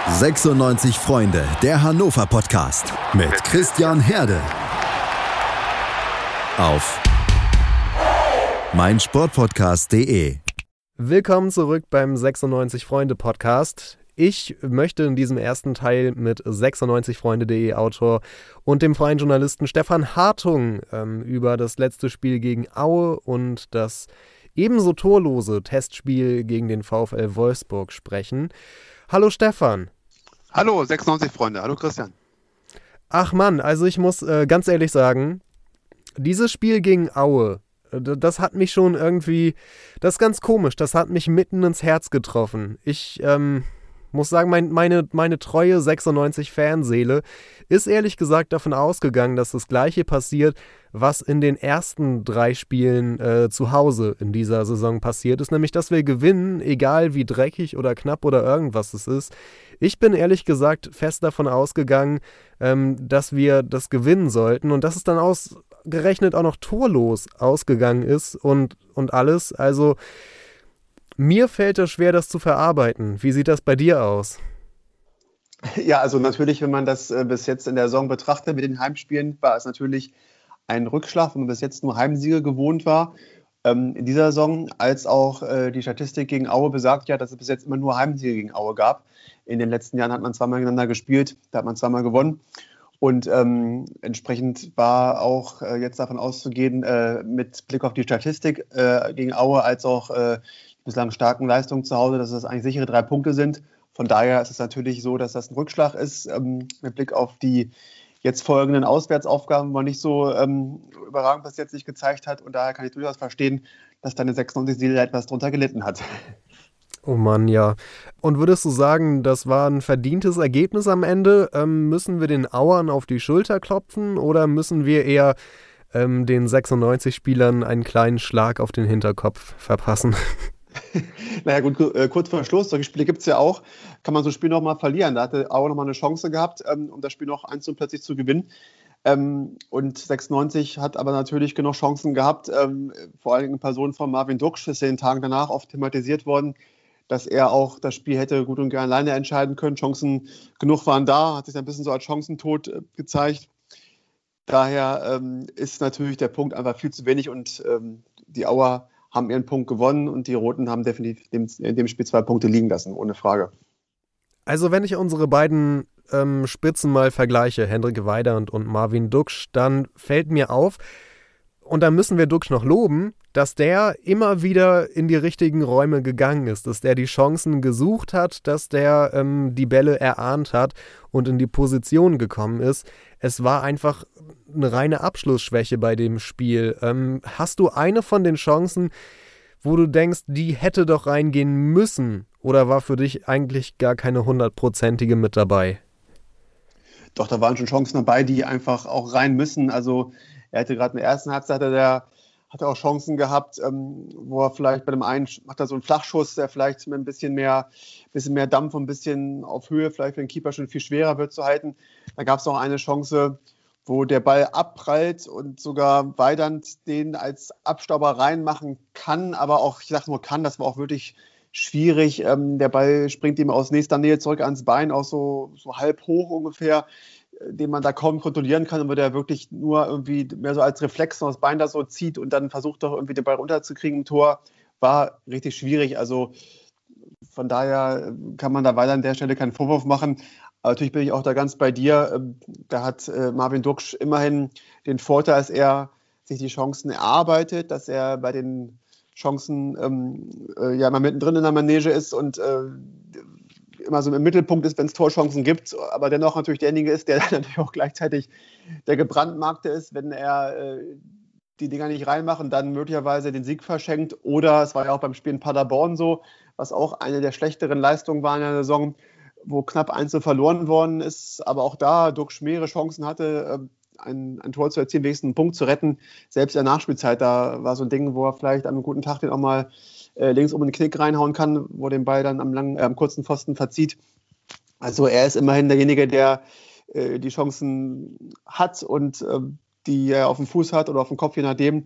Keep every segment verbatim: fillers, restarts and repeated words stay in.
sechsundneunzig Freunde, der Hannover Podcast mit Christian Herde. Auf meinsportpodcast punkt de. Willkommen zurück beim sechsundneunzig Freunde Podcast. Ich möchte in diesem ersten Teil mit sechsundneunzig freunde punkt de Autor und dem freien Journalisten Stefan Hartung ähm, über das letzte Spiel gegen Aue und das ebenso torlose Testspiel gegen den VfL Wolfsburg sprechen. Hallo Stefan. Hallo sechsundneunzig Freunde, hallo Christian. Ach Mann, also ich muss äh, ganz ehrlich sagen, dieses Spiel gegen Aue, das hat mich schon irgendwie, das ist ganz komisch, das hat mich mitten ins Herz getroffen. Ich ähm, muss sagen, mein, meine, meine treue sechsundneunzig-Fanseele ist ehrlich gesagt davon ausgegangen, dass das Gleiche passiert, was in den ersten drei Spielen äh, zu Hause in dieser Saison passiert ist, nämlich, dass wir gewinnen, egal wie dreckig oder knapp oder irgendwas es ist. Ich bin ehrlich gesagt fest davon ausgegangen, ähm, dass wir das gewinnen sollten und dass es dann ausgerechnet auch noch torlos ausgegangen ist und, und alles. Also mir fällt es schwer, das zu verarbeiten. Wie sieht das bei dir aus? Ja, also natürlich, wenn man das äh, bis jetzt in der Saison betrachtet mit den Heimspielen, war es natürlich ein Rückschlag, wenn man bis jetzt nur Heimsiege gewohnt war. Ähm, in dieser Saison, als auch äh, die Statistik gegen Aue besagt ja, dass es bis jetzt immer nur Heimsiege gegen Aue gab. In den letzten Jahren hat man zweimal gegeneinander gespielt, da hat man zweimal gewonnen. Und ähm, entsprechend war auch äh, jetzt davon auszugehen, äh, mit Blick auf die Statistik äh, gegen Aue, als auch äh, die bislang starken Leistungen zu Hause, dass es eigentlich sichere drei Punkte sind. Von daher ist es natürlich so, dass das ein Rückschlag ist, ähm, mit Blick auf die jetzt folgenden Auswärtsaufgaben, wo man nicht so ähm, überragend bis jetzt nicht gezeigt hat. Und daher kann ich durchaus verstehen, dass deine sechsundneunzig-Seele etwas drunter gelitten hat. Oh Mann, ja. Und würdest du sagen, das war ein verdientes Ergebnis am Ende? Ähm, müssen wir den Auern auf die Schulter klopfen oder müssen wir eher ähm, den sechsundneunzig-Spielern einen kleinen Schlag auf den Hinterkopf verpassen? Naja gut, äh, kurz vor Schluss, solche Spiele gibt es ja auch, kann man so ein Spiel nochmal verlieren. Da hatte Aue nochmal eine Chance gehabt, ähm, um das Spiel noch eins zu null plötzlich zu gewinnen. Ähm, und sechsundneunzig hat aber natürlich genug Chancen gehabt, ähm, vor allem in Person von Marvin Duksch, ist in den Tagen danach oft thematisiert worden, dass er auch das Spiel hätte gut und gern alleine entscheiden können. Chancen genug waren da, hat sich ein bisschen so als Chancentod äh, gezeigt. Daher ähm, ist natürlich der Punkt einfach viel zu wenig und ähm, die Auer haben ihren Punkt gewonnen und die Roten haben definitiv in dem Spiel zwei Punkte liegen lassen, ohne Frage. Also wenn ich unsere beiden ähm, Spitzen mal vergleiche, Hendrik Weidand und Marvin Duksch, dann fällt mir auf, und da müssen wir Duksch noch loben, dass der immer wieder in die richtigen Räume gegangen ist, dass der die Chancen gesucht hat, dass der ähm, die Bälle erahnt hat und in die Position gekommen ist. Es war einfach eine reine Abschlussschwäche bei dem Spiel. Ähm, hast du eine von den Chancen, wo du denkst, die hätte doch reingehen müssen? Oder war für dich eigentlich gar keine hundertprozentige mit dabei? Doch, da waren schon Chancen dabei, die einfach auch rein müssen. Also er hatte gerade in der ersten Halbzeit, hatte der hat er auch Chancen gehabt, ähm, wo er vielleicht bei dem einen macht er so einen Flachschuss, der vielleicht mit ein bisschen mehr, bisschen mehr Dampf und ein bisschen auf Höhe vielleicht für den Keeper schon viel schwerer wird zu halten. Da gab es noch eine Chance, wo der Ball abprallt und sogar Weidand den als Abstauber reinmachen kann, aber auch, ich sage nur kann, das war auch wirklich schwierig. Ähm, der Ball springt ihm aus nächster Nähe zurück ans Bein, auch so, so halb hoch ungefähr, den man da kaum kontrollieren kann, und wo der wirklich nur irgendwie mehr so als Reflex noch das Bein da so zieht und dann versucht doch irgendwie den Ball runterzukriegen im Tor, war richtig schwierig. Also von daher kann man da weiter an der Stelle keinen Vorwurf machen. Aber natürlich bin ich auch da ganz bei dir. Da hat Marvin Duksch immerhin den Vorteil, dass er sich die Chancen erarbeitet, dass er bei den Chancen ähm, äh, ja immer mittendrin in der Manege ist und äh, immer so im Mittelpunkt ist, wenn es Torchancen gibt, aber dennoch natürlich derjenige ist, der dann natürlich auch gleichzeitig der Gebrandmarkte ist, wenn er äh, die Dinger nicht reinmacht und dann möglicherweise den Sieg verschenkt. Oder es war ja auch beim Spiel in Paderborn so, was auch eine der schlechteren Leistungen war in der Saison, wo knapp eins verloren worden ist, aber auch da Duksch mehrere Chancen hatte, äh, ein, ein Tor zu erzielen, wenigstens einen Punkt zu retten. Selbst in der Nachspielzeit, da war so ein Ding, wo er vielleicht an einem guten Tag den auch mal äh, links um den Knick reinhauen kann, wo den Ball dann am, langen, äh, am kurzen Pfosten verzieht. Also er ist immerhin derjenige, der äh, die Chancen hat und äh, die er auf dem Fuß hat oder auf dem Kopf, je nachdem.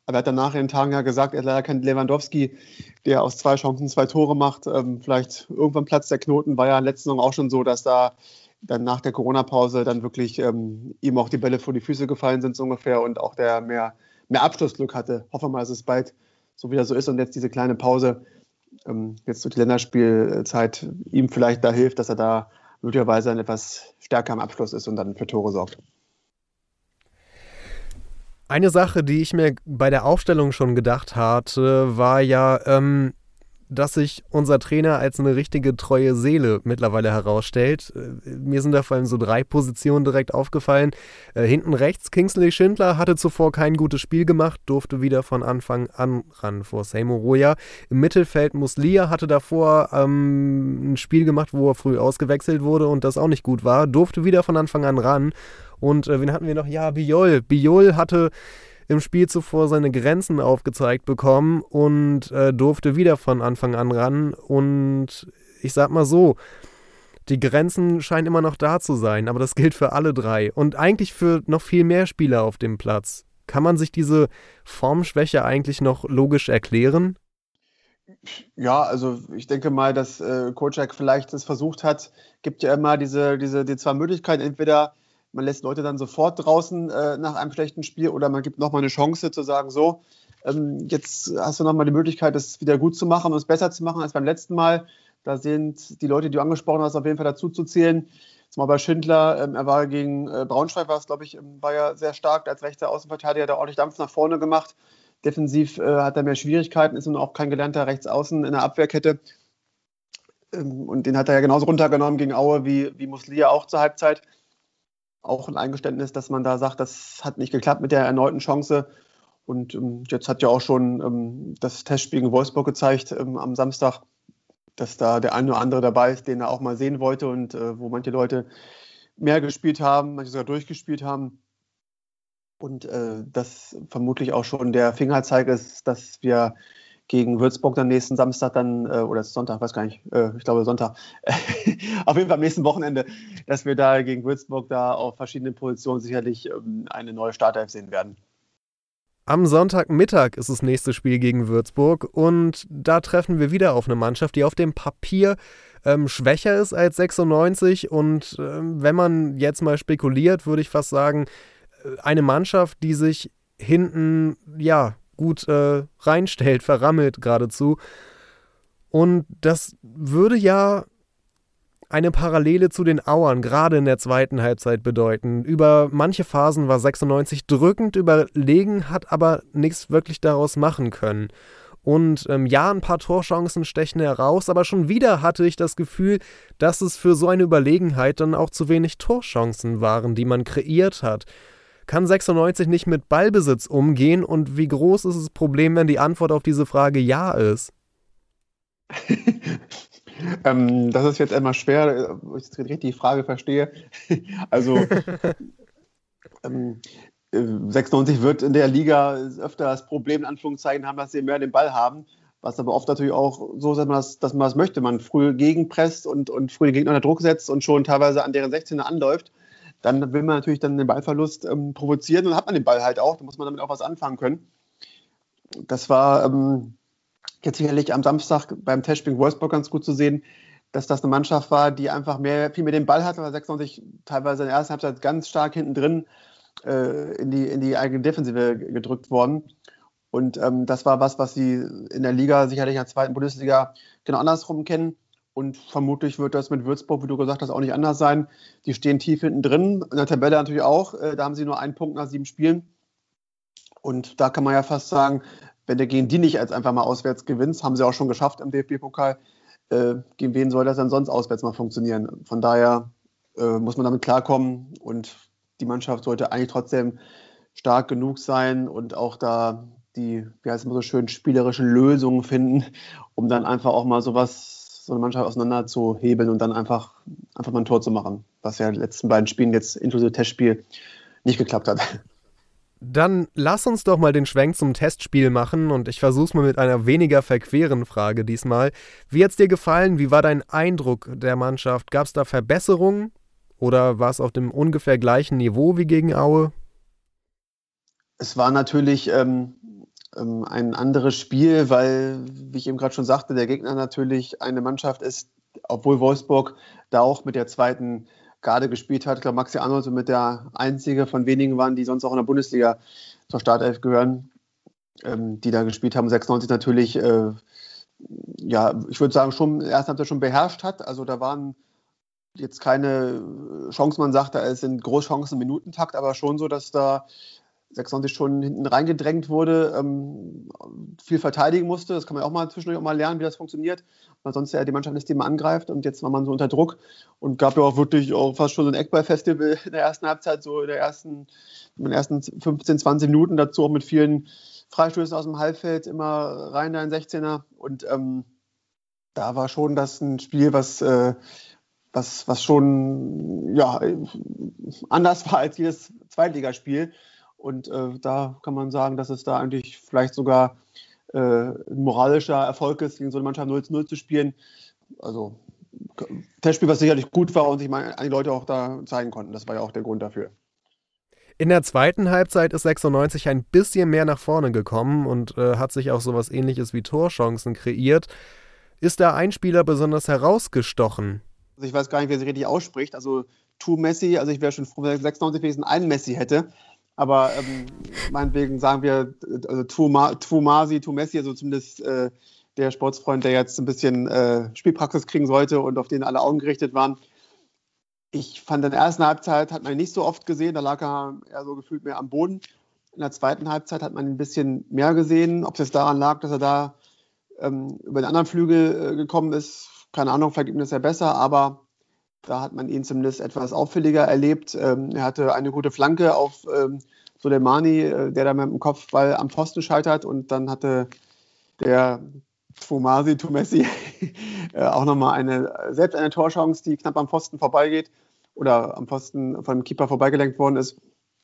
Aber er hat danach in den Tagen ja gesagt, er hat leider keinen Lewandowski, der aus zwei Chancen zwei Tore macht. Ähm, vielleicht irgendwann platzt der Knoten. War ja in der letzten Saison auch schon so, dass da dann nach der Corona-Pause dann wirklich ähm, ihm auch die Bälle vor die Füße gefallen sind, so ungefähr, und auch der mehr, mehr Abschlussglück hatte. Hoffen wir mal, dass es bald so wieder so ist und jetzt diese kleine Pause, ähm, jetzt durch die Länderspielzeit, ihm vielleicht da hilft, dass er da möglicherweise dann etwas stärker am Abschluss ist und dann für Tore sorgt. Eine Sache, die ich mir bei der Aufstellung schon gedacht hatte, war ja, ähm, dass sich unser Trainer als eine richtige treue Seele mittlerweile herausstellt. Äh, mir sind da vor allem so drei Positionen direkt aufgefallen. Äh, hinten rechts, Kingsley Schindler hatte zuvor kein gutes Spiel gemacht, durfte wieder von Anfang an ran vor Seymour Roya. Im Mittelfeld Muslia hatte davor ähm, ein Spiel gemacht, wo er früh ausgewechselt wurde und das auch nicht gut war, durfte wieder von Anfang an ran. Und äh, wen hatten wir noch? Ja, Biol. Biol hatte im Spiel zuvor seine Grenzen aufgezeigt bekommen und äh, durfte wieder von Anfang an ran. Und ich sag mal so, die Grenzen scheinen immer noch da zu sein, aber das gilt für alle drei. Und eigentlich für noch viel mehr Spieler auf dem Platz. Kann man sich diese Formschwäche eigentlich noch logisch erklären? Ja, also ich denke mal, dass äh, Kocak vielleicht es versucht hat, gibt ja immer diese, diese die zwei Möglichkeiten, entweder man lässt Leute dann sofort draußen äh, nach einem schlechten Spiel oder man gibt nochmal eine Chance zu sagen, so, ähm, jetzt hast du nochmal die Möglichkeit, das wieder gut zu machen und es besser zu machen als beim letzten Mal. Da sind die Leute, die du angesprochen hast, auf jeden Fall dazu zu zählen. Zumal bei Schindler, ähm, er war gegen äh, Braunschweig, war es, glaube ich, war ja sehr stark als rechter Außenverteidiger, hat er ordentlich Dampf nach vorne gemacht. Defensiv äh, hat er mehr Schwierigkeiten, ist nun auch kein gelernter Rechtsaußen in der Abwehrkette. Ähm, und den hat er ja genauso runtergenommen gegen Aue wie, wie Muslia auch zur Halbzeit. Auch ein Eingeständnis, dass man da sagt, das hat nicht geklappt mit der erneuten Chance. Und ähm, jetzt hat ja auch schon ähm, das Testspiel gegen Wolfsburg gezeigt ähm, am Samstag, dass da der eine oder andere dabei ist, den er auch mal sehen wollte und äh, wo manche Leute mehr gespielt haben, manche sogar durchgespielt haben. Und äh, das vermutlich auch schon der Fingerzeig ist, dass wir gegen Würzburg dann nächsten Samstag dann, äh, oder Sonntag, weiß gar nicht, äh, ich glaube Sonntag, auf jeden Fall am nächsten Wochenende, dass wir da gegen Würzburg da auf verschiedenen Positionen sicherlich ähm, eine neue Startelf sehen werden. Am Sonntagmittag ist das nächste Spiel gegen Würzburg und da treffen wir wieder auf eine Mannschaft, die auf dem Papier ähm, schwächer ist als sechsundneunzig und ähm, wenn man jetzt mal spekuliert, würde ich fast sagen, eine Mannschaft, die sich hinten, ja, gut äh, reinstellt, verrammelt geradezu. Und das würde ja eine Parallele zu den Auern, gerade in der zweiten Halbzeit bedeuten. Über manche Phasen war sechsundneunzig drückend überlegen, hat aber nichts wirklich daraus machen können. Und ähm, ja, ein paar Torchancen stechen heraus, aber schon wieder hatte ich das Gefühl, dass es für so eine Überlegenheit dann auch zu wenig Torchancen waren, die man kreiert hat. Kann sechsundneunzig nicht mit Ballbesitz umgehen und wie groß ist das Problem, wenn die Antwort auf diese Frage ja ist? ähm, das ist jetzt einmal schwer, ob ich jetzt richtig die Frage verstehe. Also ähm, sechsundneunzig wird in der Liga öfter das Problem, in Anführungszeichen, haben, dass sie mehr den Ball haben, was aber oft natürlich auch so ist, dass man das, dass man das möchte. Man früh gegenpresst und, und früh den Gegner unter Druck setzt und schon teilweise an deren sechzehner anläuft. Dann will man natürlich dann den Ballverlust ähm, provozieren und dann hat man den Ball halt auch. Da muss man damit auch was anfangen können. Das war ähm, jetzt sicherlich am Samstag beim Testspiel gegen Wolfsburg ganz gut zu sehen, dass das eine Mannschaft war, die einfach mehr, viel mehr den Ball hatte, weil sechsundneunzig teilweise in der ersten Halbzeit ganz stark hinten drin äh, in, die, in die eigene Defensive gedrückt worden. Und ähm, das war was, was sie in der Liga, sicherlich in der zweiten Bundesliga, genau andersrum kennen. Und vermutlich wird das mit Würzburg, wie du gesagt hast, auch nicht anders sein. Die stehen tief hinten drin, in der Tabelle natürlich auch. Da haben sie nur einen Punkt nach sieben Spielen. Und da kann man ja fast sagen, wenn du gegen die nicht als einfach mal auswärts gewinnst, haben sie auch schon geschafft im D F B-Pokal, äh, gegen wen soll das dann sonst auswärts mal funktionieren? Von daher äh, muss man damit klarkommen und die Mannschaft sollte eigentlich trotzdem stark genug sein und auch da die, wie heißt es immer so schön, spielerischen Lösungen finden, um dann einfach auch mal sowas so eine Mannschaft auseinander zu hebeln und dann einfach, einfach mal ein Tor zu machen, was ja in den letzten beiden Spielen jetzt inklusive Testspiel nicht geklappt hat. Dann lass uns doch mal den Schwenk zum Testspiel machen und ich versuch's mal mit einer weniger verqueren Frage diesmal. Wie hat's dir gefallen? Wie war dein Eindruck der Mannschaft? Gab's da Verbesserungen oder war es auf dem ungefähr gleichen Niveau wie gegen Aue? Es war natürlich ähm, ähm, ein anderes Spiel, weil, wie ich eben gerade schon sagte, der Gegner natürlich eine Mannschaft ist, obwohl Wolfsburg da auch mit der zweiten Garde gespielt hat. Ich glaube, Maxi Arnold so mit der einzige von wenigen waren, die sonst auch in der Bundesliga zur Startelf gehören, ähm, die da gespielt haben. sechsundneunzig natürlich, äh, ja, ich würde sagen, schon erst hat er schon beherrscht hat. Also da waren jetzt keine Chancen, man sagt, es sind Großchancen im Minutentakt, aber schon so, dass da sechsundneunzig schon hinten reingedrängt wurde, ähm, viel verteidigen musste. Das kann man auch mal zwischendurch auch mal lernen, wie das funktioniert. Weil sonst ja die Mannschaft ist, die man angreift. Und jetzt war man so unter Druck und gab ja auch wirklich auch fast schon so ein Eckball-Festival in der ersten Halbzeit, so in, der ersten, in den ersten fünfzehn, zwanzig Minuten. Dazu auch mit vielen Freistößen aus dem Halbfeld, immer rein da in sechzehner. Und ähm, da war schon das ein Spiel, was, äh, was, was schon ja, anders war als jedes Zweitligaspiel. Und äh, da kann man sagen, dass es da eigentlich vielleicht sogar äh, ein moralischer Erfolg ist, gegen so eine Mannschaft null zu null zu spielen. Also Testspiel, was sicherlich gut war und sich mal die Leute auch da zeigen konnten. Das war ja auch der Grund dafür. In der zweiten Halbzeit ist sechsundneunzig ein bisschen mehr nach vorne gekommen und äh, hat sich auch sowas Ähnliches wie Torchancen kreiert. Ist da ein Spieler besonders herausgestochen? Also ich weiß gar nicht, wer sie richtig ausspricht. Also Tu Messi, also ich wäre schon froh, wenn sechsundneunzig wenigstens einen Messi hätte. Aber ähm, meinetwegen sagen wir also Twumasi, Twumesi, also zumindest äh, der Sportsfreund, der jetzt ein bisschen äh, Spielpraxis kriegen sollte und auf den alle Augen gerichtet waren. Ich fand, in der ersten Halbzeit hat man ihn nicht so oft gesehen, da lag er eher so gefühlt mehr am Boden. In der zweiten Halbzeit hat man ihn ein bisschen mehr gesehen. Ob es jetzt daran lag, dass er da ähm, über den anderen Flügel äh, gekommen ist, keine Ahnung, vielleicht ihm das ja besser, aber da hat man ihn zumindest etwas auffälliger erlebt. Ähm, er hatte eine gute Flanke auf ähm, Soleimani, äh, der da mit dem Kopfball am Pfosten scheitert. Und dann hatte der Twumasi, Twumesi äh, auch nochmal eine, selbst eine Torchance, die knapp am Pfosten vorbeigeht oder am Pfosten von dem Keeper vorbeigelenkt worden ist.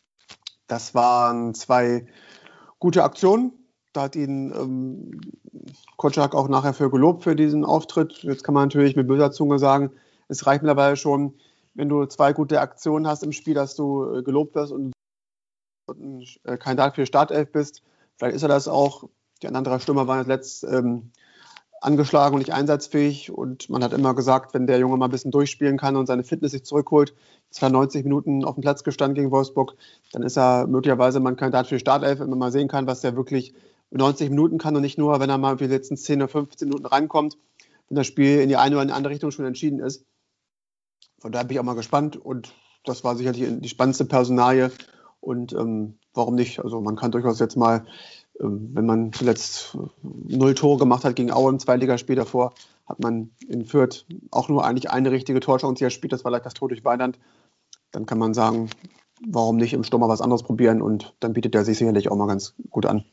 Das waren zwei gute Aktionen. Da hat ihn ähm, Kotschak auch nachher für gelobt für diesen Auftritt. Jetzt kann man natürlich mit böser Zunge sagen, es reicht mittlerweile schon, wenn du zwei gute Aktionen hast im Spiel, dass du äh, gelobt wirst und, und ein äh, Kandidat für Startelf bist. Vielleicht ist er das auch. Die anderen drei Stürmer waren jetzt ähm, angeschlagen und nicht einsatzfähig. Und man hat immer gesagt, wenn der Junge mal ein bisschen durchspielen kann und seine Fitness sich zurückholt, zweiundneunzig Minuten auf dem Platz gestanden gegen Wolfsburg, dann ist er möglicherweise mal ein Kandidat für Startelf, wenn man mal sehen kann, was der wirklich neunzig Minuten kann und nicht nur, wenn er mal für die letzten zehn oder fünfzehn Minuten reinkommt, wenn das Spiel in die eine oder in die andere Richtung schon entschieden ist. Von daher bin ich auch mal gespannt und das war sicherlich die spannendste Personalie und ähm, warum nicht? Also man kann durchaus jetzt mal, ähm, wenn man zuletzt null Tore gemacht hat gegen Aue im Zweitligaspiel davor, hat man in Fürth auch nur eigentlich eine richtige Torchance, die er spielt, das war leicht das Tor durch Weiland. Dann kann man sagen, warum nicht im Sturm mal was anderes probieren und dann bietet er sich sicherlich auch mal ganz gut an.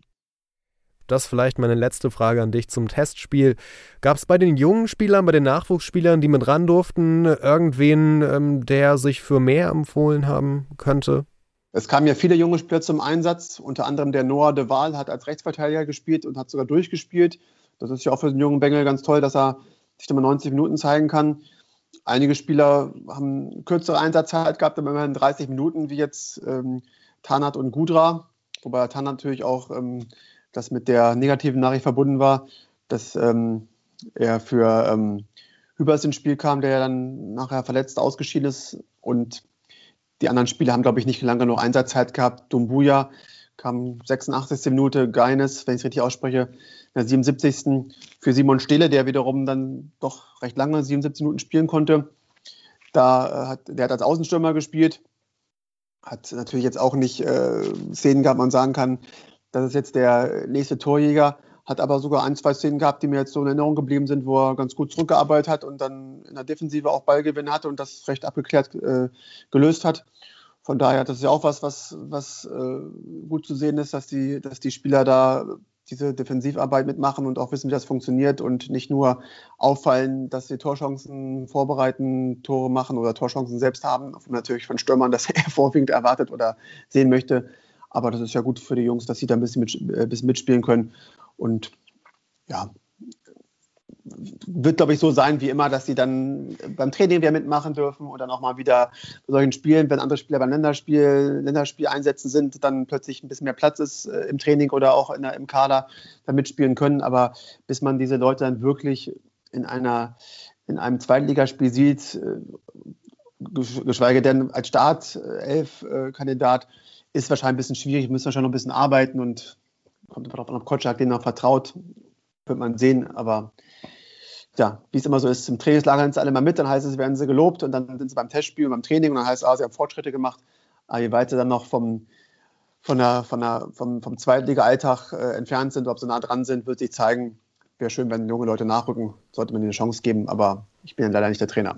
Das vielleicht meine letzte Frage an dich zum Testspiel. Gab es bei den jungen Spielern, bei den Nachwuchsspielern, die mit ran durften, irgendwen, ähm, der sich für mehr empfohlen haben könnte? Es kamen ja viele junge Spieler zum Einsatz. Unter anderem der Noah de Waal hat als Rechtsverteidiger gespielt und hat sogar durchgespielt. Das ist ja auch für den jungen Bengel ganz toll, dass er sich dann mal neunzig Minuten zeigen kann. Einige Spieler haben kürzere Einsatzzeit gehabt, aber immerhin dreißig Minuten, wie jetzt ähm, Tanat und Gudra. Wobei Tanat natürlich auch ähm, das mit der negativen Nachricht verbunden war, dass ähm, er für ähm, Hübers ins Spiel kam, der ja dann nachher verletzt ausgeschieden ist. Und die anderen Spieler haben, glaube ich, nicht lange genug Einsatzzeit gehabt. Dumbuya kam sechsundachtzigste Minute, Geines, wenn ich es richtig ausspreche, in der siebenundsiebzigsten für Simon Stehle, der wiederum dann doch recht lange, siebenundsiebzig Minuten spielen konnte. Da äh, hat, der hat als Außenstürmer gespielt, hat natürlich jetzt auch nicht äh, Szenen gehabt, man sagen kann, das ist jetzt der nächste Torjäger, hat aber sogar ein, zwei Szenen gehabt, die mir jetzt so in Erinnerung geblieben sind, wo er ganz gut zurückgearbeitet hat und dann in der Defensive auch Ballgewinn hatte und das recht abgeklärt äh, gelöst hat. Von daher, das ist ja auch was, was, was äh, gut zu sehen ist, dass die, dass die Spieler da diese Defensivarbeit mitmachen und auch wissen, wie das funktioniert und nicht nur auffallen, dass sie Torchancen vorbereiten, Tore machen oder Torchancen selbst haben, was man natürlich von Stürmern das eher vorwiegend erwartet oder sehen möchte. Aber das ist ja gut für die Jungs, dass sie da ein bisschen, mit, ein bisschen mitspielen können. Und ja, wird, glaube ich, so sein wie immer, dass sie dann beim Training wieder mitmachen dürfen und dann auch mal wieder bei solchen Spielen, wenn andere Spieler beim Länderspiel, Länderspiel einsetzen sind, dann plötzlich ein bisschen mehr Platz ist äh, im Training oder auch in der, im Kader, dann mitspielen können. Aber bis man diese Leute dann wirklich in einer in einem Zweitligaspiel sieht, äh, geschweige denn als Startelf-Kandidat, ist wahrscheinlich ein bisschen schwierig, müssen wir schon noch ein bisschen arbeiten und kommt einfach darauf an, ob Kotschak denen noch vertraut, wird man sehen, aber ja, wie es immer so ist, im Trainingslager sind sie alle mal mit, dann heißt es, werden sie gelobt und dann sind sie beim Testspiel und beim Training und dann heißt es, ah, sie haben Fortschritte gemacht, aber je weiter dann noch vom, von der, von der, vom, vom Zweitliga-Alltag äh, entfernt sind, ob sie nah dran sind, wird sich zeigen. Wäre schön, wenn junge Leute nachrücken, sollte man ihnen eine Chance geben, aber ich bin ja leider nicht der Trainer.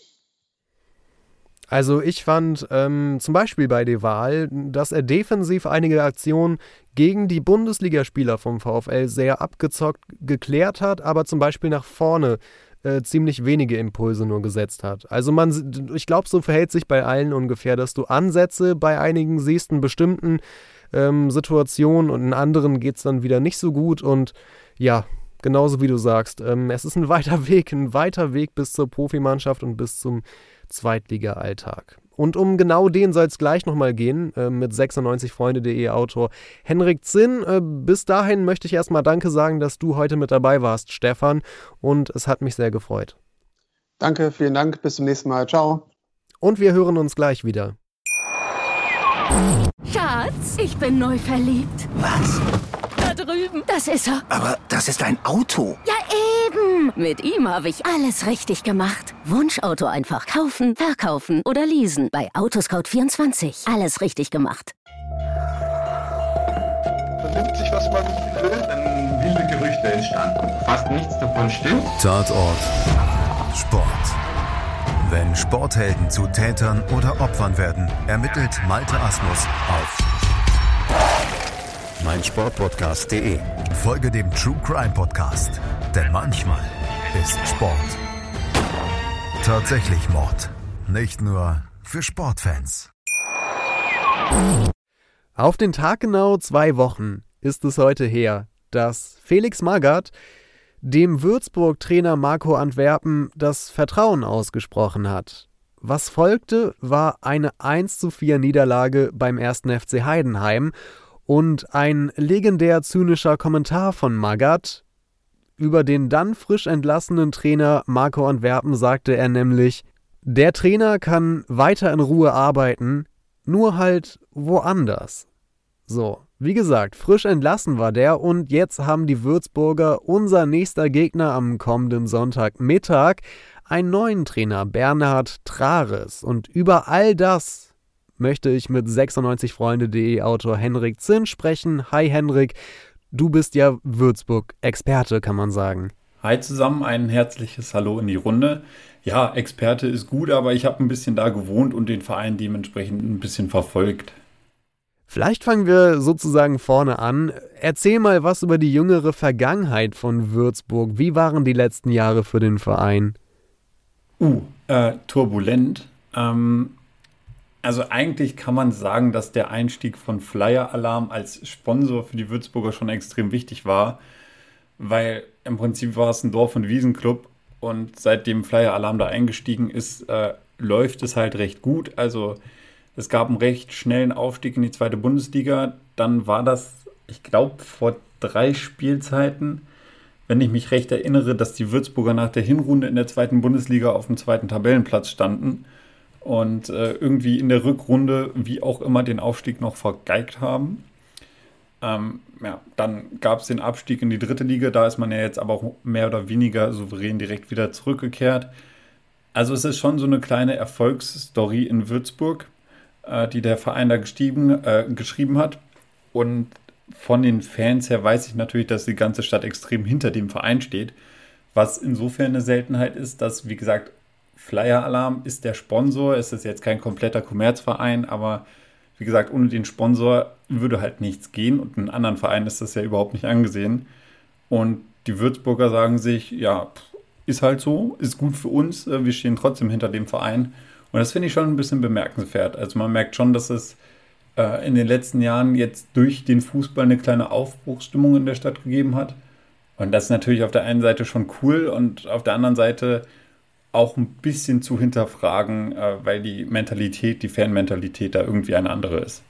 Also ich fand ähm, zum Beispiel bei De Waal, dass er defensiv einige Aktionen gegen die Bundesligaspieler vom VfL sehr abgezockt geklärt hat, aber zum Beispiel nach vorne äh, ziemlich wenige Impulse nur gesetzt hat. Also man, ich glaube, so verhält sich bei allen ungefähr, dass du Ansätze bei einigen siehst in bestimmten ähm, Situationen und in anderen geht es dann wieder nicht so gut und ja, genauso wie du sagst, ähm, es ist ein weiter Weg, ein weiter Weg bis zur Profimannschaft und bis zum Zweitliga-Alltag. Und um genau den soll es gleich nochmal gehen, äh, mit sechsundneunzig freunde punkt de Autor Henrik Zinn. Äh, bis dahin möchte ich erstmal Danke sagen, dass du heute mit dabei warst, Stefan. Und es hat mich sehr gefreut. Danke, vielen Dank. Bis zum nächsten Mal. Ciao. Und wir hören uns gleich wieder. Schatz, ich bin neu verliebt. Was? Da drüben. Das ist er. Aber das ist ein Auto. Ja, eben. Mit ihm habe ich alles richtig gemacht. Wunschauto einfach kaufen, verkaufen oder leasen. Bei Autoscout vierundzwanzig. Alles richtig gemacht. Vernimmt sich, was man will. Dann wilde Gerüchte entstanden. Fast nichts davon stimmt. Tatort Sport. Wenn Sporthelden zu Tätern oder Opfern werden, ermittelt Malte Asmus auf meinsportpodcast punkt de. Folge dem True Crime Podcast, denn manchmal ist Sport tatsächlich Mord. Nicht nur für Sportfans. Auf den Tag genau zwei Wochen ist es heute her, dass Felix Magath dem Würzburg-Trainer Marco Antwerpen das Vertrauen ausgesprochen hat. Was folgte, war eine eins zu vier Niederlage beim ersten F C Heidenheim und ein legendär zynischer Kommentar von Magath. Über den dann frisch entlassenen Trainer Marco Antwerpen sagte er nämlich: Der Trainer kann weiter in Ruhe arbeiten, nur halt woanders. So, wie gesagt, frisch entlassen war der und jetzt haben die Würzburger, unser nächster Gegner am kommenden Sonntagmittag, einen neuen Trainer, Bernhard Trares. Und über all das möchte ich mit sechsundneunzig freunde punkt de Autor Henrik Zinn sprechen. Hi Henrik, du bist ja Würzburg-Experte, kann man sagen. Hi zusammen, ein herzliches Hallo in die Runde. Ja, Experte ist gut, aber ich habe ein bisschen da gewohnt und den Verein dementsprechend ein bisschen verfolgt. Vielleicht fangen wir sozusagen vorne an. Erzähl mal was über die jüngere Vergangenheit von Würzburg. Wie waren die letzten Jahre für den Verein? Uh, äh, turbulent. Ähm, also eigentlich kann man sagen, dass der Einstieg von Flyer Alarm als Sponsor für die Würzburger schon extrem wichtig war, weil im Prinzip war es ein Dorf- und Wiesenclub und seitdem Flyer Alarm da eingestiegen ist, äh, läuft es halt recht gut. Also es gab einen recht schnellen Aufstieg in die zweite Bundesliga. Dann war das, ich glaube, vor drei Spielzeiten, wenn ich mich recht erinnere, dass die Würzburger nach der Hinrunde in der zweiten Bundesliga auf dem zweiten Tabellenplatz standen und äh, irgendwie in der Rückrunde, wie auch immer, den Aufstieg noch vergeigt haben. Ähm, ja, dann gab es den Abstieg in die dritte Liga. Da ist man ja jetzt aber auch mehr oder weniger souverän direkt wieder zurückgekehrt. Also es ist schon so eine kleine Erfolgsstory in Würzburg, die der Verein da gestiegen, äh, geschrieben hat. Und von den Fans her weiß ich natürlich, dass die ganze Stadt extrem hinter dem Verein steht. Was insofern eine Seltenheit ist, dass, wie gesagt, Flyer Alarm ist der Sponsor. Es ist jetzt kein kompletter Kommerzverein, aber wie gesagt, ohne den Sponsor würde halt nichts gehen. Und in anderen Vereinen ist das ja überhaupt nicht angesehen. Und die Würzburger sagen sich, ja, ist halt so, ist gut für uns. Wir stehen trotzdem hinter dem Verein. Und das finde ich schon ein bisschen bemerkenswert. Also man merkt schon, dass es äh, in den letzten Jahren jetzt durch den Fußball eine kleine Aufbruchsstimmung in der Stadt gegeben hat. Und das ist natürlich auf der einen Seite schon cool und auf der anderen Seite auch ein bisschen zu hinterfragen, äh, weil die Mentalität, die Fanmentalität da irgendwie eine andere ist.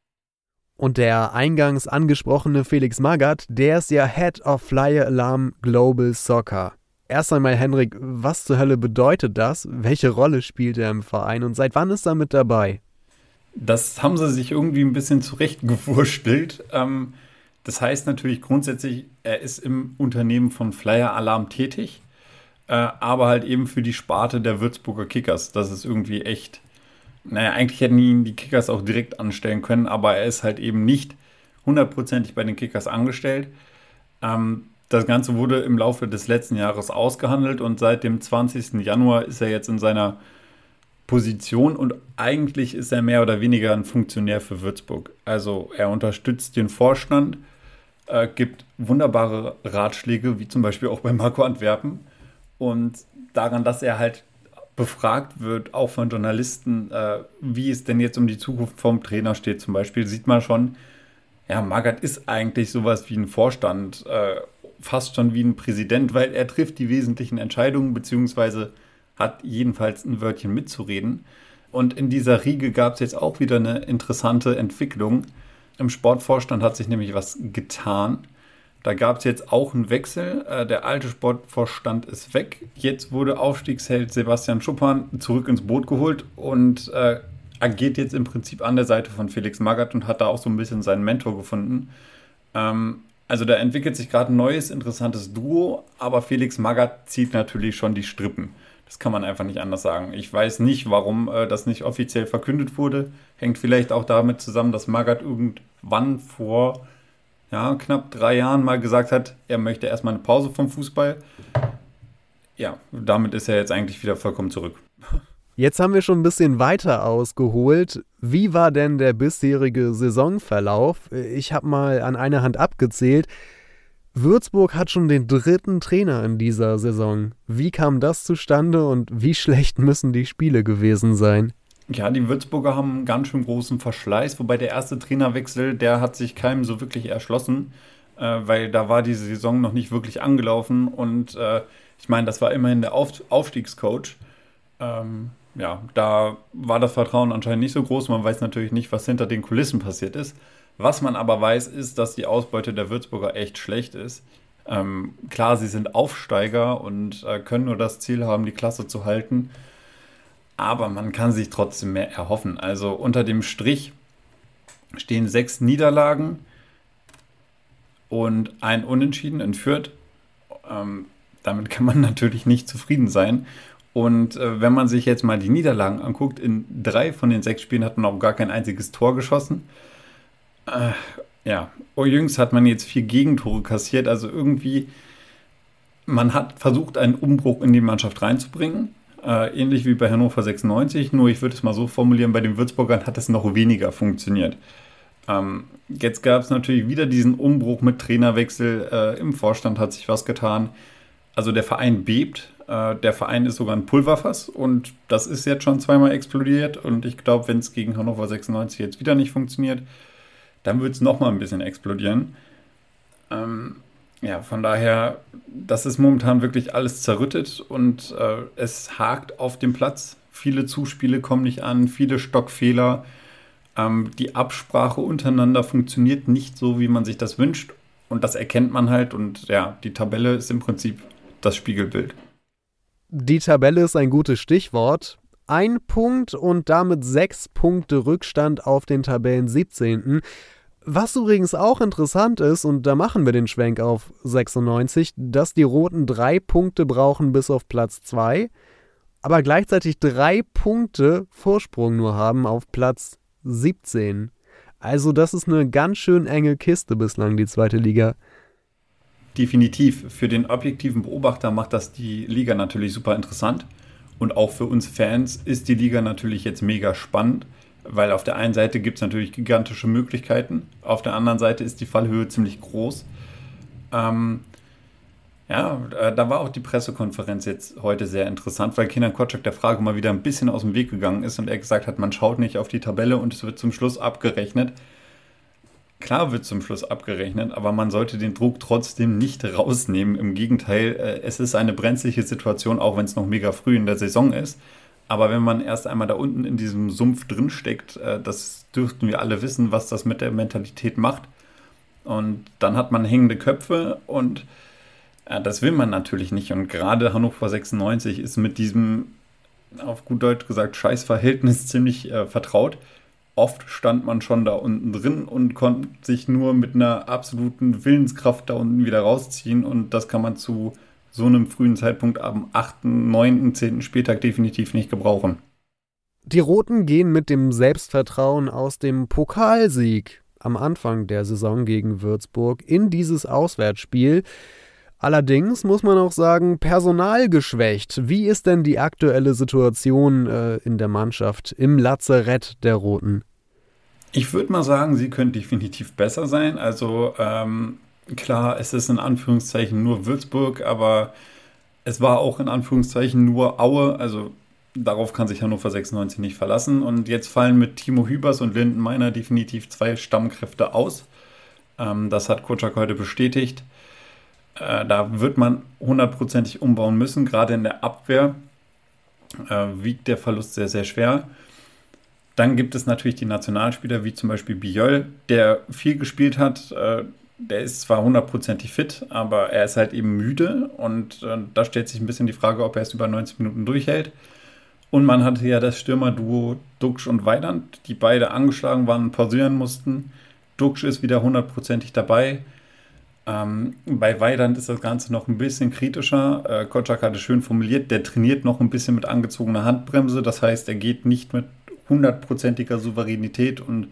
Und der eingangs angesprochene Felix Magath, der ist ja Head of Flyer Alarm Global Soccer. Erst einmal, Henrik, was zur Hölle bedeutet das? Welche Rolle spielt er im Verein und seit wann ist er mit dabei? Das haben sie sich irgendwie ein bisschen zurechtgewurstelt. Ähm, das heißt natürlich grundsätzlich, er ist im Unternehmen von Flyer Alarm tätig, äh, aber halt eben für die Sparte der Würzburger Kickers. Das ist irgendwie echt, naja, eigentlich hätten ihn die Kickers auch direkt anstellen können, aber er ist halt eben nicht hundertprozentig bei den Kickers angestellt. Ähm, das Ganze wurde im Laufe des letzten Jahres ausgehandelt und seit dem zwanzigsten Januar ist er jetzt in seiner Position und eigentlich ist er mehr oder weniger ein Funktionär für Würzburg. Also er unterstützt den Vorstand, äh, gibt wunderbare Ratschläge, wie zum Beispiel auch bei Marco Antwerpen. Und daran, dass er halt befragt wird, auch von Journalisten, äh, wie es denn jetzt um die Zukunft vom Trainer steht zum Beispiel, sieht man schon, ja, Magath ist eigentlich sowas wie ein Vorstand, äh, fast schon wie ein Präsident, weil er trifft die wesentlichen Entscheidungen, beziehungsweise hat jedenfalls ein Wörtchen mitzureden. Und in dieser Riege gab es jetzt auch wieder eine interessante Entwicklung. Im Sportvorstand hat sich nämlich was getan. Da gab es jetzt auch einen Wechsel. Äh, der alte Sportvorstand ist weg. Jetzt wurde Aufstiegsheld Sebastian Schuppan zurück ins Boot geholt und äh, agiert jetzt im Prinzip an der Seite von Felix Magath und hat da auch so ein bisschen seinen Mentor gefunden. Ähm, also da entwickelt sich gerade ein neues, interessantes Duo, aber Felix Magath zieht natürlich schon die Strippen. Das kann man einfach nicht anders sagen. Ich weiß nicht, warum äh, das nicht offiziell verkündet wurde. Hängt vielleicht auch damit zusammen, dass Magath irgendwann vor ja, knapp drei Jahren mal gesagt hat, er möchte erstmal eine Pause vom Fußball. Ja, damit ist er jetzt eigentlich wieder vollkommen zurück. Jetzt haben wir schon ein bisschen weiter ausgeholt. Wie war denn der bisherige Saisonverlauf? Ich habe mal an einer Hand abgezählt. Würzburg hat schon den dritten Trainer in dieser Saison. Wie kam das zustande und wie schlecht müssen die Spiele gewesen sein? Ja, die Würzburger haben einen ganz schön großen Verschleiß, wobei der erste Trainerwechsel, der hat sich keinem so wirklich erschlossen, äh, weil da war diese Saison noch nicht wirklich angelaufen und äh, ich meine, das war immerhin der Auf- Aufstiegscoach. Ähm, ja, da war das Vertrauen anscheinend nicht so groß. Man weiß natürlich nicht, was hinter den Kulissen passiert ist. Was man aber weiß, ist, dass die Ausbeute der Würzburger echt schlecht ist. Ähm, klar, sie sind Aufsteiger und äh, können nur das Ziel haben, die Klasse zu halten. Aber man kann sich trotzdem mehr erhoffen. Also unter dem Strich stehen sechs Niederlagen und ein Unentschieden in Fürth. Ähm, damit kann man natürlich nicht zufrieden sein. Und äh, wenn man sich jetzt mal die Niederlagen anguckt, in drei von den sechs Spielen hat man auch gar kein einziges Tor geschossen. Äh, ja, jüngst hat man jetzt vier Gegentore kassiert, also irgendwie, man hat versucht, einen Umbruch in die Mannschaft reinzubringen, äh, ähnlich wie bei Hannover sechsundneunzig, nur ich würde es mal so formulieren, bei den Würzburgern hat es noch weniger funktioniert. Ähm, jetzt gab es natürlich wieder diesen Umbruch mit Trainerwechsel, äh, im Vorstand hat sich was getan, also der Verein bebt, äh, der Verein ist sogar ein Pulverfass und das ist jetzt schon zweimal explodiert und ich glaube, wenn es gegen Hannover sechsundneunzig jetzt wieder nicht funktioniert, dann wird es nochmal ein bisschen explodieren. Ähm, ja, von daher, das ist momentan wirklich alles zerrüttet und äh, es hakt auf dem Platz. Viele Zuspiele kommen nicht an, viele Stockfehler. Ähm, die Absprache untereinander funktioniert nicht so, wie man sich das wünscht. Und das erkennt man halt. Und ja, die Tabelle ist im Prinzip das Spiegelbild. Die Tabelle ist ein gutes Stichwort. Ein Punkt und damit sechs Punkte Rückstand auf den Tabellen siebzehnten Was übrigens auch interessant ist, und da machen wir den Schwenk auf sechsundneunzig, dass die Roten drei Punkte brauchen bis auf Platz zwei, aber gleichzeitig drei Punkte Vorsprung nur haben auf Platz siebzehn. Also das ist eine ganz schön enge Kiste bislang, die zweite Liga. Definitiv. Für den objektiven Beobachter macht das die Liga natürlich super interessant. Und auch für uns Fans ist die Liga natürlich jetzt mega spannend, weil auf der einen Seite gibt es natürlich gigantische Möglichkeiten, auf der anderen Seite ist die Fallhöhe ziemlich groß. Ähm, ja, da war auch die Pressekonferenz jetzt heute sehr interessant, weil Kenan Kocak der Frage mal wieder ein bisschen aus dem Weg gegangen ist und er gesagt hat, man schaut nicht auf die Tabelle und es wird zum Schluss abgerechnet. Klar wird zum Schluss abgerechnet, aber man sollte den Druck trotzdem nicht rausnehmen. Im Gegenteil, äh, es ist eine brenzliche Situation, auch wenn es noch mega früh in der Saison ist. Aber wenn man erst einmal da unten in diesem Sumpf drinsteckt, äh, das dürften wir alle wissen, was das mit der Mentalität macht. Und dann hat man hängende Köpfe und äh, das will man natürlich nicht. Und gerade Hannover sechsundneunzig ist mit diesem, auf gut Deutsch gesagt, Scheißverhältnis ziemlich äh, vertraut. Oft stand man schon da unten drin und konnte sich nur mit einer absoluten Willenskraft da unten wieder rausziehen. Und das kann man zu so einem frühen Zeitpunkt am achten, neunten, zehnten Spieltag definitiv nicht gebrauchen. Die Roten gehen mit dem Selbstvertrauen aus dem Pokalsieg am Anfang der Saison gegen Würzburg in dieses Auswärtsspiel. Allerdings muss man auch sagen, personalgeschwächt. Wie ist denn die aktuelle Situation äh, in der Mannschaft im Lazarett der Roten? Ich würde mal sagen, sie könnte definitiv besser sein. Also ähm, klar, es ist in Anführungszeichen nur Würzburg, aber es war auch in Anführungszeichen nur Aue. Also darauf kann sich Hannover sechsundneunzig nicht verlassen. Und jetzt fallen mit Timo Hübers und Linden Meiner definitiv zwei Stammkräfte aus. Ähm, das hat Kotschak heute bestätigt. Äh, da wird man hundertprozentig umbauen müssen. Gerade in der Abwehr äh, wiegt der Verlust sehr, sehr schwer. Dann gibt es natürlich die Nationalspieler, wie zum Beispiel Biol, der viel gespielt hat. Äh, der ist zwar hundertprozentig fit, aber er ist halt eben müde. Und äh, da stellt sich ein bisschen die Frage, ob er es über neunzig Minuten durchhält. Und man hatte ja das Stürmerduo Duxch und Weidand, die beide angeschlagen waren und pausieren mussten. Duxch ist wieder hundertprozentig dabei. Ähm, bei Weidand ist das Ganze noch ein bisschen kritischer. Äh, Kotschak hat es schön formuliert, der trainiert noch ein bisschen mit angezogener Handbremse. Das heißt, er geht nicht mit hundertprozentiger Souveränität und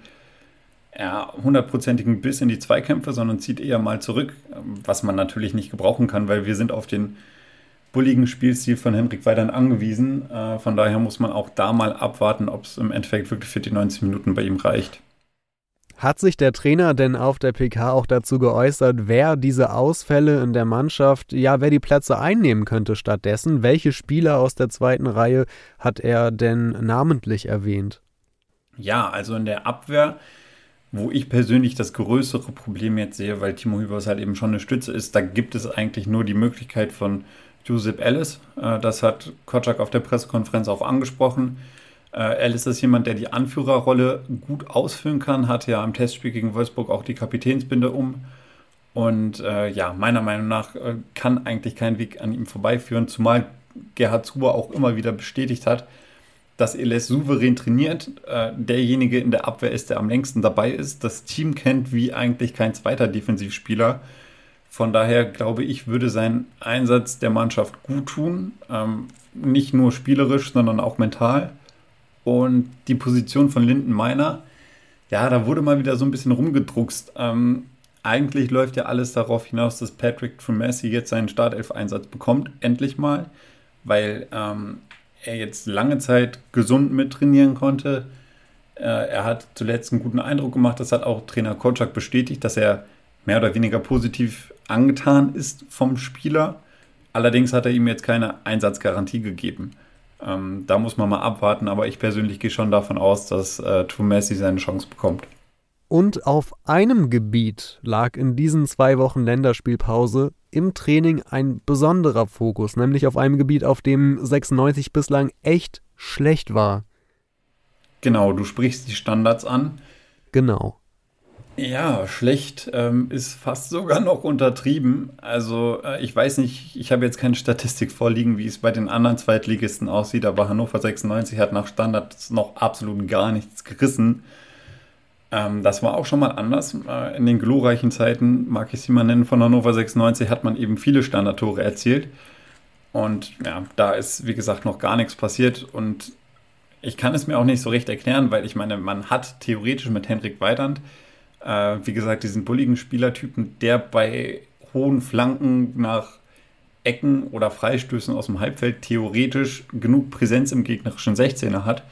ja, hundertprozentigen Biss in die Zweikämpfe, sondern zieht eher mal zurück, was man natürlich nicht gebrauchen kann, weil wir sind auf den bulligen Spielstil von Henrik Weidand angewiesen. Äh, von daher muss man auch da mal abwarten, ob es im Endeffekt wirklich für die neunzig Minuten bei ihm reicht. Hat sich der Trainer denn auf der P K auch dazu geäußert, wer diese Ausfälle in der Mannschaft, ja, wer die Plätze einnehmen könnte stattdessen? Welche Spieler aus der zweiten Reihe hat er denn namentlich erwähnt? Ja, also in der Abwehr, wo ich persönlich das größere Problem jetzt sehe, weil Timo Hübers halt eben schon eine Stütze ist, da gibt es eigentlich nur die Möglichkeit von Josep Ellis. Das hat Kotschak auf der Pressekonferenz auch angesprochen. Ellis ist jemand, der die Anführerrolle gut ausfüllen kann, hatte ja im Testspiel gegen Wolfsburg auch die Kapitänsbinde um. Und äh, ja, meiner Meinung nach äh, kann eigentlich kein Weg an ihm vorbeiführen, zumal Gerhard Zuber auch immer wieder bestätigt hat, dass Ellis souverän trainiert, äh, derjenige in der Abwehr ist, der am längsten dabei ist, das Team kennt wie eigentlich kein zweiter Defensivspieler. Von daher glaube ich, würde sein Einsatz der Mannschaft gut tun, ähm, nicht nur spielerisch, sondern auch mental. Und die Position von Linden Meiner, ja, da wurde mal wieder so ein bisschen rumgedruckst. Ähm, eigentlich läuft ja alles darauf hinaus, dass Patrick Tremessi jetzt seinen Startelf-Einsatz bekommt, endlich mal, weil ähm, er jetzt lange Zeit gesund mittrainieren konnte. Äh, er hat zuletzt einen guten Eindruck gemacht, das hat auch Trainer Kotschak bestätigt, dass er mehr oder weniger positiv angetan ist vom Spieler. Allerdings hat er ihm jetzt keine Einsatzgarantie gegeben. Ähm, da muss man mal abwarten, aber ich persönlich gehe schon davon aus, dass äh, Tremessi seine Chance bekommt. Und auf einem Gebiet lag in diesen zwei Wochen Länderspielpause im Training ein besonderer Fokus, nämlich auf einem Gebiet, auf dem sechsundneunzig bislang echt schlecht war. Genau, du sprichst die Standards an. Genau. Ja, schlecht ähm, ist fast sogar noch untertrieben. Also äh, ich weiß nicht, ich habe jetzt keine Statistik vorliegen, wie es bei den anderen Zweitligisten aussieht, aber Hannover sechsundneunzig hat nach Standards noch absolut gar nichts gerissen. Ähm, das war auch schon mal anders. Äh, in den glorreichen Zeiten, mag ich sie mal nennen, von Hannover sechsundneunzig hat man eben viele Standardtore erzielt. Und ja, da ist, wie gesagt, noch gar nichts passiert. Und ich kann es mir auch nicht so recht erklären, weil ich meine, man hat theoretisch mit Henrik Weidand Äh, wie gesagt, diesen bulligen Spielertypen, der bei hohen Flanken nach Ecken oder Freistößen aus dem Halbfeld theoretisch genug Präsenz im gegnerischen sechzehner hat.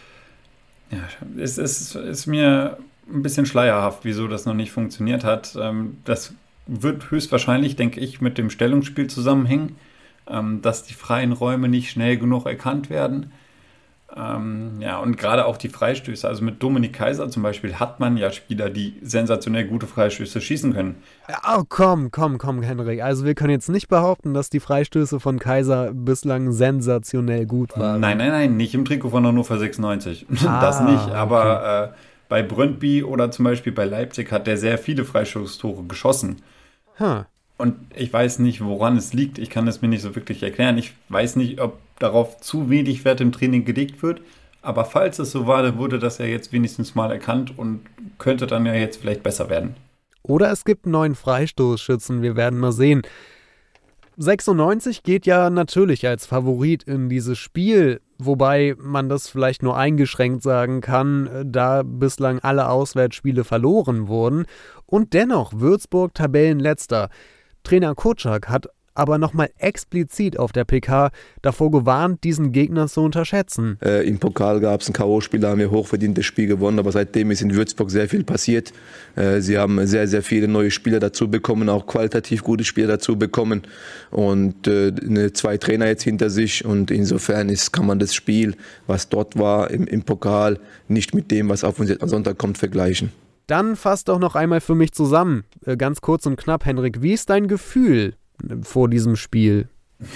Ja, es ist, ist mir ein bisschen schleierhaft, wieso das noch nicht funktioniert hat. Ähm, das wird höchstwahrscheinlich, denke ich, mit dem Stellungsspiel zusammenhängen, ähm, dass die freien Räume nicht schnell genug erkannt werden. Ähm, ja, und gerade auch die Freistöße. Also mit Dominik Kaiser zum Beispiel hat man ja Spieler, die sensationell gute Freistöße schießen können. Oh, komm, komm, komm, Henrik. Also wir können jetzt nicht behaupten, dass die Freistöße von Kaiser bislang sensationell gut waren. Nein, nein, nein, nicht im Trikot von Hannover sechsundneunzig. Ah, das nicht, aber okay. äh, bei Brøndby oder zum Beispiel bei Leipzig hat der sehr viele Freistoßtore geschossen. Huh. Und ich weiß nicht, woran es liegt. Ich kann es mir nicht so wirklich erklären. Ich weiß nicht, ob darauf zu wenig Wert im Training gelegt wird. Aber falls es so war, dann wurde das ja jetzt wenigstens mal erkannt und könnte dann ja jetzt vielleicht besser werden. Oder es gibt einen neuen Freistoßschützen. Wir werden mal sehen. sechsundneunzig geht ja natürlich als Favorit in dieses Spiel, wobei man das vielleicht nur eingeschränkt sagen kann, da bislang alle Auswärtsspiele verloren wurden. Und dennoch Würzburg Tabellenletzter. Trainer Kotschak hat aber nochmal explizit auf der P K davor gewarnt, diesen Gegner zu unterschätzen. Äh, Im Pokal gab es ein K O-Spiel, da haben wir hochverdient das Spiel gewonnen, aber seitdem ist in Würzburg sehr viel passiert. Äh, sie haben sehr, sehr viele neue Spieler dazu bekommen, auch qualitativ gute Spieler dazu bekommen und äh, eine, zwei Trainer jetzt hinter sich und insofern ist, kann man das Spiel, was dort war im, im Pokal, nicht mit dem, was auf uns am Sonntag kommt, vergleichen. Dann fass doch noch einmal für mich zusammen, äh, ganz kurz und knapp, Henrik, wie ist dein Gefühl vor diesem Spiel?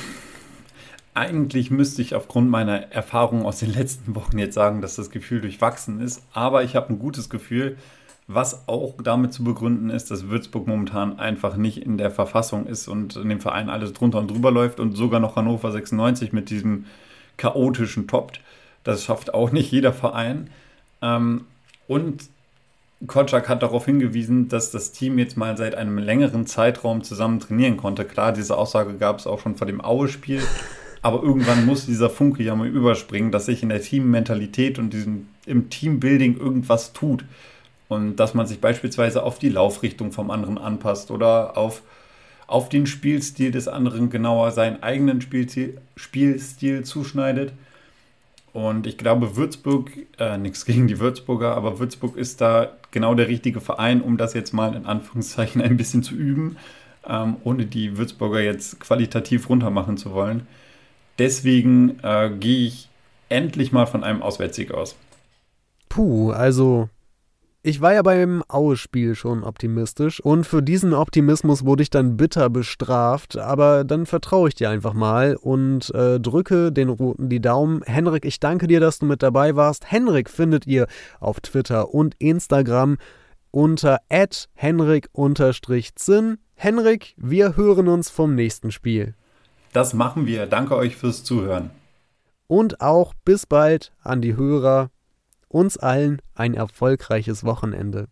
Eigentlich müsste ich aufgrund meiner Erfahrungen aus den letzten Wochen jetzt sagen, dass das Gefühl durchwachsen ist. Aber ich habe ein gutes Gefühl, was auch damit zu begründen ist, dass Würzburg momentan einfach nicht in der Verfassung ist und in dem Verein alles drunter und drüber läuft und sogar noch Hannover sechsundneunzig mit diesem chaotischen toppt. Das schafft auch nicht jeder Verein. Ähm, und Kotschak hat darauf hingewiesen, dass das Team jetzt mal seit einem längeren Zeitraum zusammen trainieren konnte. Klar, diese Aussage gab es auch schon vor dem Aue-Spiel, aber irgendwann muss dieser Funke ja mal überspringen, dass sich in der Teammentalität und diesem, im Teambuilding irgendwas tut. Und dass man sich beispielsweise auf die Laufrichtung vom anderen anpasst oder auf, auf den Spielstil des anderen genauer seinen eigenen Spielstil, Spielstil zuschneidet. Und ich glaube, Würzburg, äh, nichts gegen die Würzburger, aber Würzburg ist da genau der richtige Verein, um das jetzt mal in Anführungszeichen ein bisschen zu üben, ähm, ohne die Würzburger jetzt qualitativ runtermachen zu wollen. Deswegen äh, gehe ich endlich mal von einem Auswärtssieg aus. Puh, also ich war ja beim Aue-Spiel schon optimistisch und für diesen Optimismus wurde ich dann bitter bestraft, aber dann vertraue ich dir einfach mal und äh, drücke den Roten die Daumen. Henrik, ich danke dir, dass du mit dabei warst. Henrik findet ihr auf Twitter und Instagram unter at henrik zinn. Henrik, wir hören uns vom nächsten Spiel. Das machen wir. Danke euch fürs Zuhören. Und auch bis bald an die Hörer. Uns allen ein erfolgreiches Wochenende.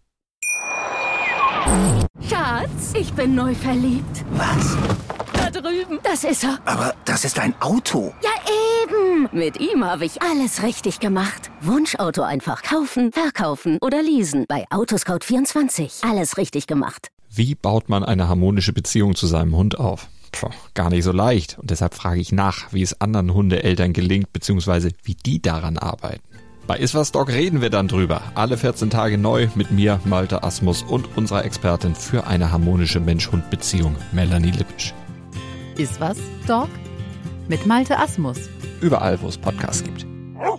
Schatz, ich bin neu verliebt. Was? Da drüben. Das ist er. Aber das ist ein Auto. Ja, eben. Mit ihm habe ich alles richtig gemacht. Wunschauto einfach kaufen, verkaufen oder leasen. Bei Autoscout vierundzwanzig. Alles richtig gemacht. Wie baut man eine harmonische Beziehung zu seinem Hund auf? Puh, gar nicht so leicht. Und deshalb frage ich nach, wie es anderen Hundeeltern gelingt, beziehungsweise wie die daran arbeiten. Bei Iswas Dog reden wir dann drüber. Alle vierzehn Tage neu mit mir, Malte Asmus und unserer Expertin für eine harmonische Mensch-Hund-Beziehung, Melanie Lippisch. Iswas Dog mit Malte Asmus. Überall, wo es Podcasts gibt.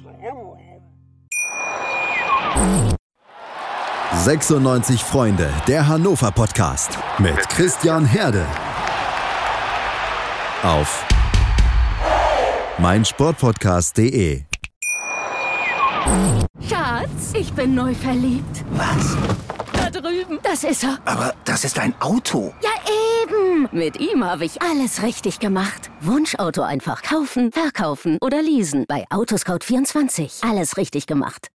sechsundneunzig Freunde, der Hannover Podcast mit Christian Herde. Auf meinsportpodcast punkt de. Schatz, ich bin neu verliebt. Was? Da drüben. Das ist er. Aber das ist ein Auto. Ja, eben. Mit ihm habe ich alles richtig gemacht. Wunschauto einfach kaufen, verkaufen oder leasen. Bei Autoscout vierundzwanzig. Alles richtig gemacht.